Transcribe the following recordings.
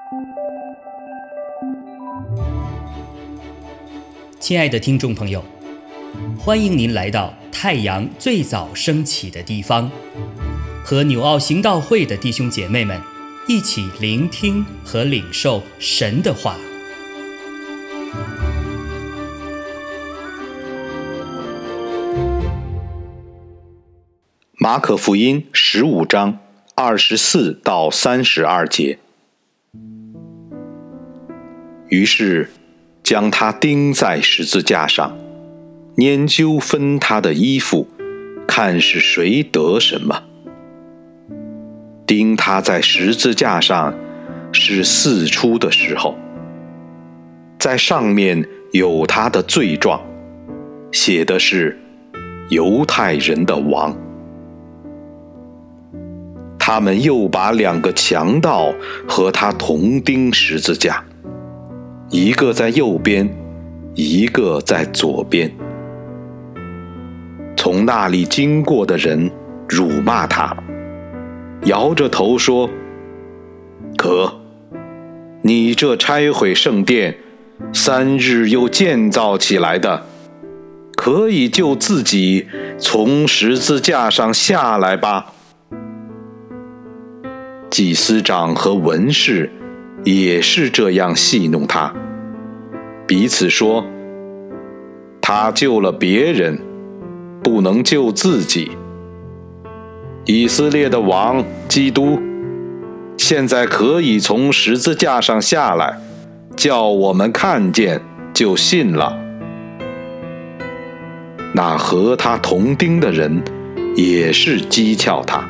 亲爱的听众朋友，欢迎您来到太阳最早升起的地方，和纽奥行道会的弟兄姐妹们一起聆听和领受神的话。 马可福音15章24到32节。于是将他钉在十字架上，研究分他的衣服，看是谁得什么。钉他在十字架上是巳初的时候，在上面有他的罪状，写的是犹太人的王。他们又把2个强盗和他同钉十字架，一个在右边，一个在左边。从那里经过的人辱骂他，摇着头说：可你这拆毁圣殿，3日又建造起来的，可以就自己从十字架上下来吧。祭司长和文士也是这样戏弄他，彼此说：他救了别人，不能救自己。以色列的王基督现在可以从十字架上下来，叫我们看见就信了。那和他同钉的人也是讥诮他。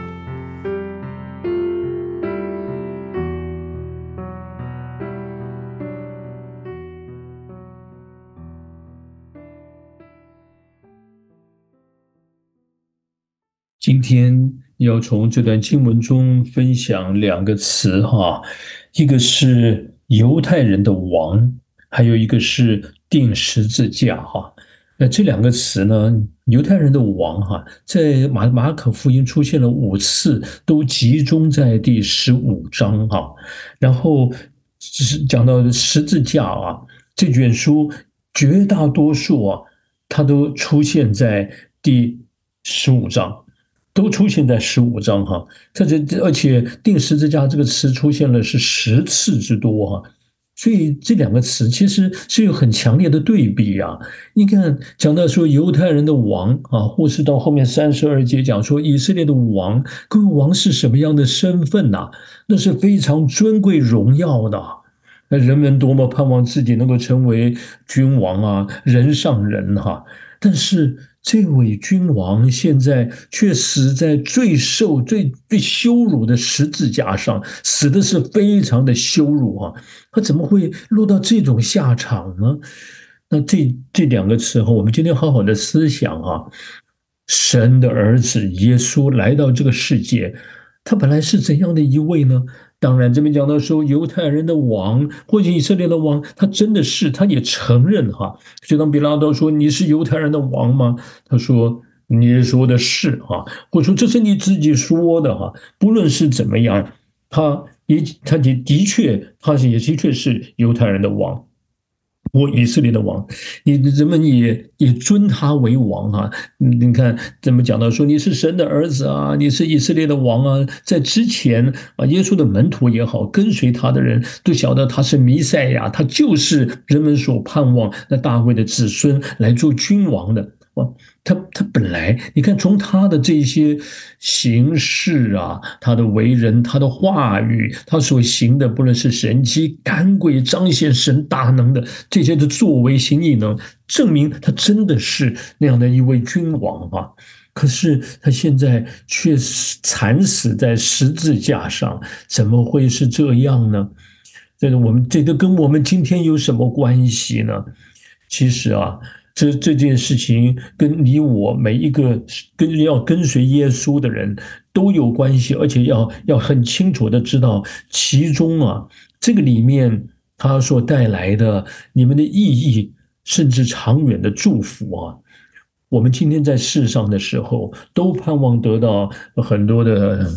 今天要从这段经文中分享2个词一个是犹太人的王，还有一个是钉十字架那这2个词呢，犹太人的王在马可福音出现了5次，都集中在第15章然后讲到十字架这卷书绝大多数它都出现在第15章。都出现在15章而且钉十字架这个词出现了是10次之多所以这2个词其实是有很强烈的对比你看，讲到说犹太人的王或是到后面32节讲说以色列的王，各位王是什么样的身份那是非常尊贵荣耀的。那人们多么盼望自己能够成为君王人上人但是这位君王现在却死在最羞辱的十字架上，死的是非常的羞辱他怎么会落到这种下场呢？那这2个词我们今天好好的思想神的儿子耶稣来到这个世界，他本来是怎样的一位呢？当然这边讲到说犹太人的王或者以色列的王，他真的是，他也承认就当比拉多说你是犹太人的王吗？他说你说的是或者说这是你自己说的不论是怎么样，他也的确是犹太人的王或以色列的王，人们也尊他为王你看怎么讲到说你是神的儿子你是以色列的王在之前耶稣的门徒也好，跟随他的人都晓得他是弥赛亚，他就是人们所盼望那大卫的子孙来做君王的。他本来你看从他的这些行事他的为人，他的话语，他所行的不论是神迹赶鬼彰显神大能的这些的作为行异能，证明他真的是那样的一位君王可是他现在却惨死在十字架上，怎么会是这样呢？这个跟我们今天有什么关系呢？其实这件事情跟你我每一个要跟随耶稣的人都有关系，而且要很清楚的知道其中这个里面它所带来的你们的意义，甚至长远的祝福我们今天在世上的时候，都盼望得到很多的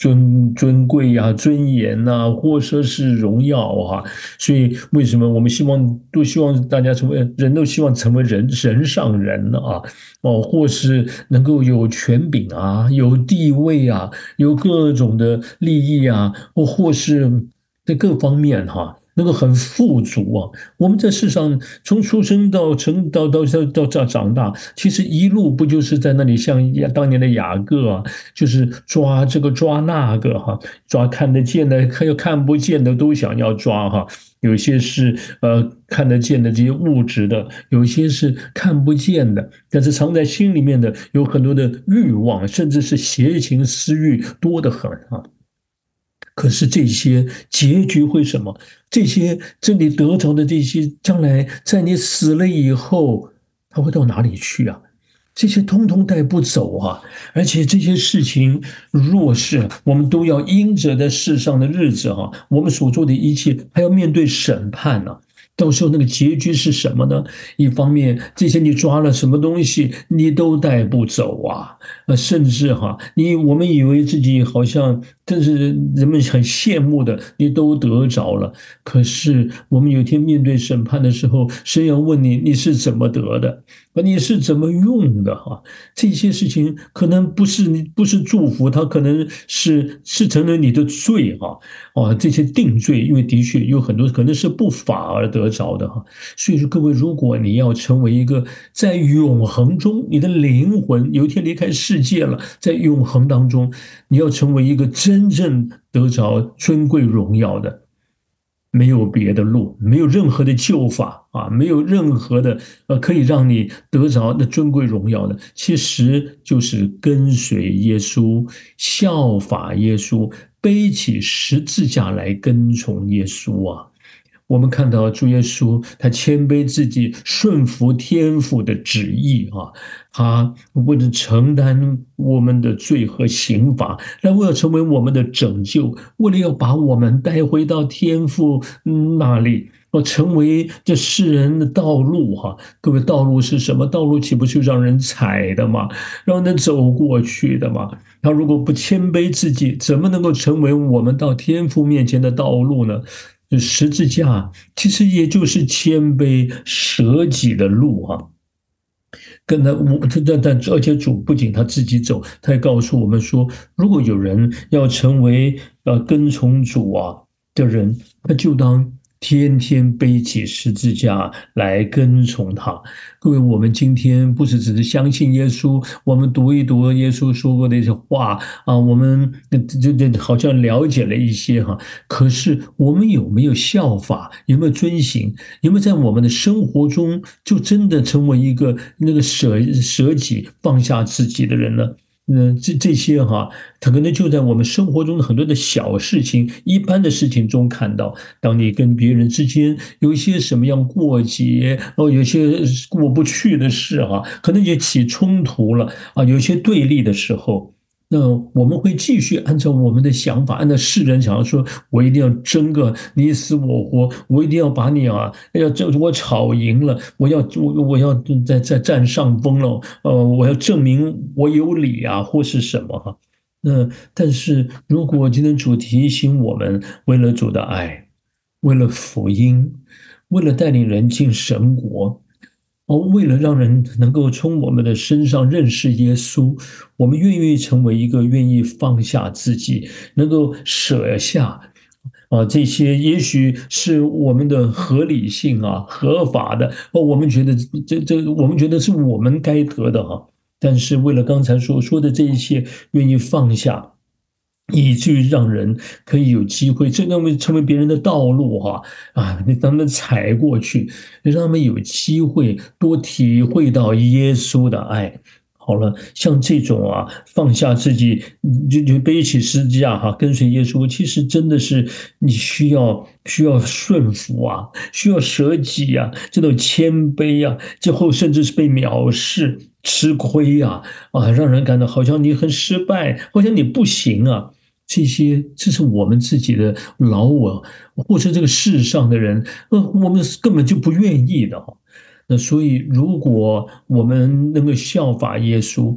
尊贵啊、尊严呐、或者是荣耀啊。所以为什么我们都希望大家都希望成为人上人啊，或是能够有权柄啊、有地位啊、有各种的利益啊，或是在各方面哈。能够很富足啊！我们在世上从出生到长大，其实一路不就是在那里像当年的雅各啊，就是抓这个抓那个哈，抓看得见的，还有看不见的都想要抓哈。有些是看得见的这些物质的，有些是看不见的，但是藏在心里面的有很多的欲望，甚至是邪情私欲多得很啊。可是这些结局会什么？这些这里得着的这些，将来在你死了以后，它会到哪里去啊？这些通通带不走啊！而且这些事情，若是我们都要因着在世上的日子哈，我们所做的一切还要面对审判呢、到时候那个结局是什么呢？一方面，这些你抓了什么东西，你都带不走啊！甚至哈，我们以为自己好像真是人们很羡慕的，你都得着了。可是我们有一天面对审判的时候，神要问你，你是怎么得的？你是怎么用的？哈，这些事情可能不是祝福，它可能是成了你的罪哈。这些定罪，因为的确有很多可能是不法而得着的哈。所以说，各位，如果你要成为一个在永恒中，你的灵魂有一天离开世界了，在永恒当中，你要成为一个真正得着尊贵荣耀的，没有别的路，没有任何的救法啊，没有任何的可以让你得着那尊贵荣耀的，其实就是跟随耶稣，效法耶稣，背起十字架来跟从耶稣啊。我们看到主耶稣，他谦卑自己，顺服天父的旨意啊，他为了承担我们的罪和刑罚，来为了成为我们的拯救，为了要把我们带回到天父那里。成为这世人的道路哈，各位，道路是什么？道路岂不是让人踩的吗？让人走过去的吗？他如果不谦卑自己，怎么能够成为我们到天父面前的道路呢？十字架其实也就是谦卑舍己的路啊。跟他，而且主不仅他自己走，他还告诉我们说，如果有人要成为跟从主啊的人，他就当天天背起十字架来跟从他。各位，我们今天不是只是相信耶稣，我们读一读耶稣说过的一些话啊，我们就好像了解了一些哈。可是我们有没有效法？有没有遵行？有没有在我们的生活中就真的成为一个那个舍己放下自己的人呢？这些哈，它可能就在我们生活中的很多的小事情、一般的事情中看到。当你跟别人之间有一些什么样过节，有些过不去的事哈，可能也起冲突了啊，有些对立的时候。那我们会继续按照我们的想法，按照世人想要说，我一定要争个你死我活，我一定要把你我吵赢了，我要在占上风了，我要证明我有理啊，或是什么哈。但是如果今天主提醒我们，为了主的爱，为了福音，为了带领人进神国。为了让人能够从我们的身上认识耶稣，我们愿意成为一个愿意放下自己，能够舍下这些也许是我们的合理性啊、合法的我们觉得我们觉得是我们该得的哈。但是为了刚才所说的这一切，愿意放下。以至于让人可以有机会，这让成为别人的道路哈你让他们踩过去，让他们有机会多体会到耶稣的爱。好了，像这种放下自己就背起十字架跟随耶稣，其实真的是你需要顺服需要舍己这种谦卑最后甚至是被藐视、吃亏让人感到好像你很失败，好像你不行这是我们自己的老我，或者这个世上的人，我们根本就不愿意的那所以，如果我们能够效法耶稣，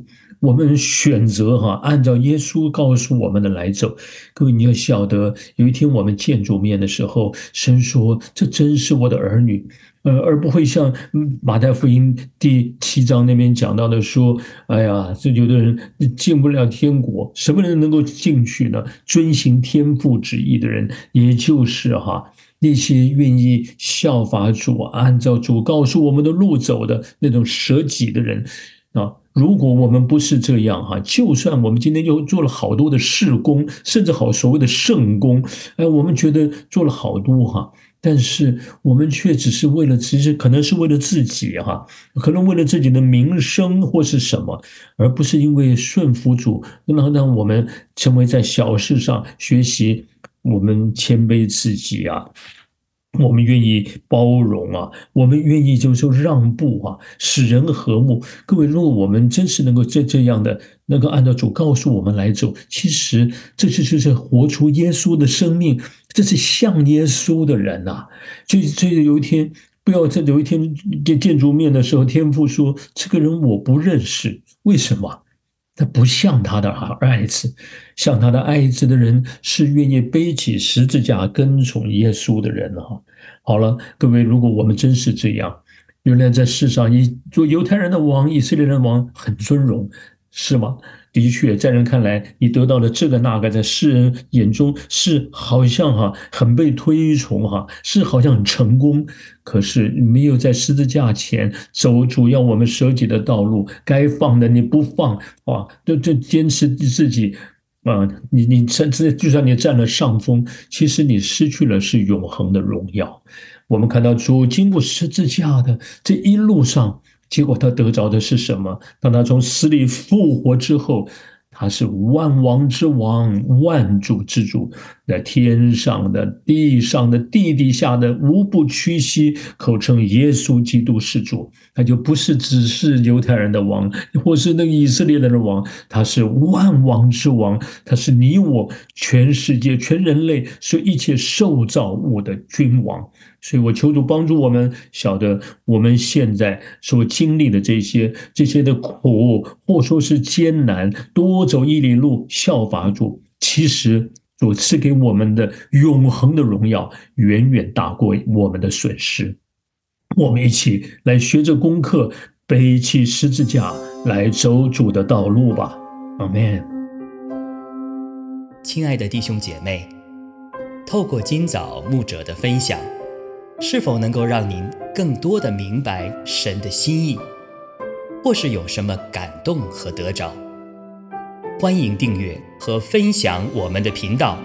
我们选择按照耶稣告诉我们的来走。各位，你要晓得，有一天我们见主面的时候，神说：“这真是我的儿女。”而不会像马太福音第7章那边讲到的说：“哎呀，这有的人进不了天国，什么人能够进去呢？遵行天父旨意的人，也就是那些愿意效法主，按照主告诉我们的路走的那种舍己的人啊。如果我们不是这样就算我们今天又做了好多的事工，甚至所谓的圣工，我们觉得做了好多但是我们却只是为了，其实可能是为了自己可能为了自己的名声或是什么，而不是因为顺服主，让我们成为在小事上学习，我们谦卑自己我们愿意包容我们愿意就是说让步使人和睦。各位，如果我们真是能够这样的，能够按照主告诉我们来走，其实就是活出耶稣的生命，这是像耶稣的人所以有一天，不要在有一天见主面的时候，天父说：“这个人我不认识。”为什么？他不像他的爱子，像他的爱子的人是愿意背起十字架跟从耶稣的人好了，各位，如果我们真是这样，原来在世上做犹太人的王、以色列人的王很尊荣，是吗？的确，在人看来，你得到了这个那个，在世人眼中是好像很被推崇是好像很成功。可是没有在十字架前走主要我们舍己的道路，该放的你不放这坚持自己你就算你占了上风，其实你失去了是永恒的荣耀。我们看到主经过十字架的这一路上，结果他得着的是什么？当他从死里复活之后，他是万王之王，万主之主，在天上的、地上的、地底下的，无不屈膝，口称耶稣基督是主。他就不是只是犹太人的王，或是那个以色列人的王，他是万王之王，他是你我全世界、全人类是一切受造物的君王。所以我求主帮助我们晓得，我们现在所经历的这些的苦，或说是艰难，多走1里路，效法主，其实主赐给我们的永恒的荣耀，远远大过我们的损失。我们一起来学着功课，背起十字架来走主的道路吧。阿们。 亲爱的弟兄姐妹，透过今早牧者的分享，是否能够让您更多的明白神的心意，或是有什么感动和得着？欢迎订阅和分享我们的频道，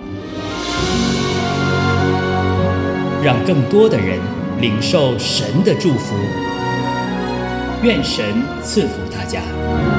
让更多的人领受神的祝福。愿神赐福大家。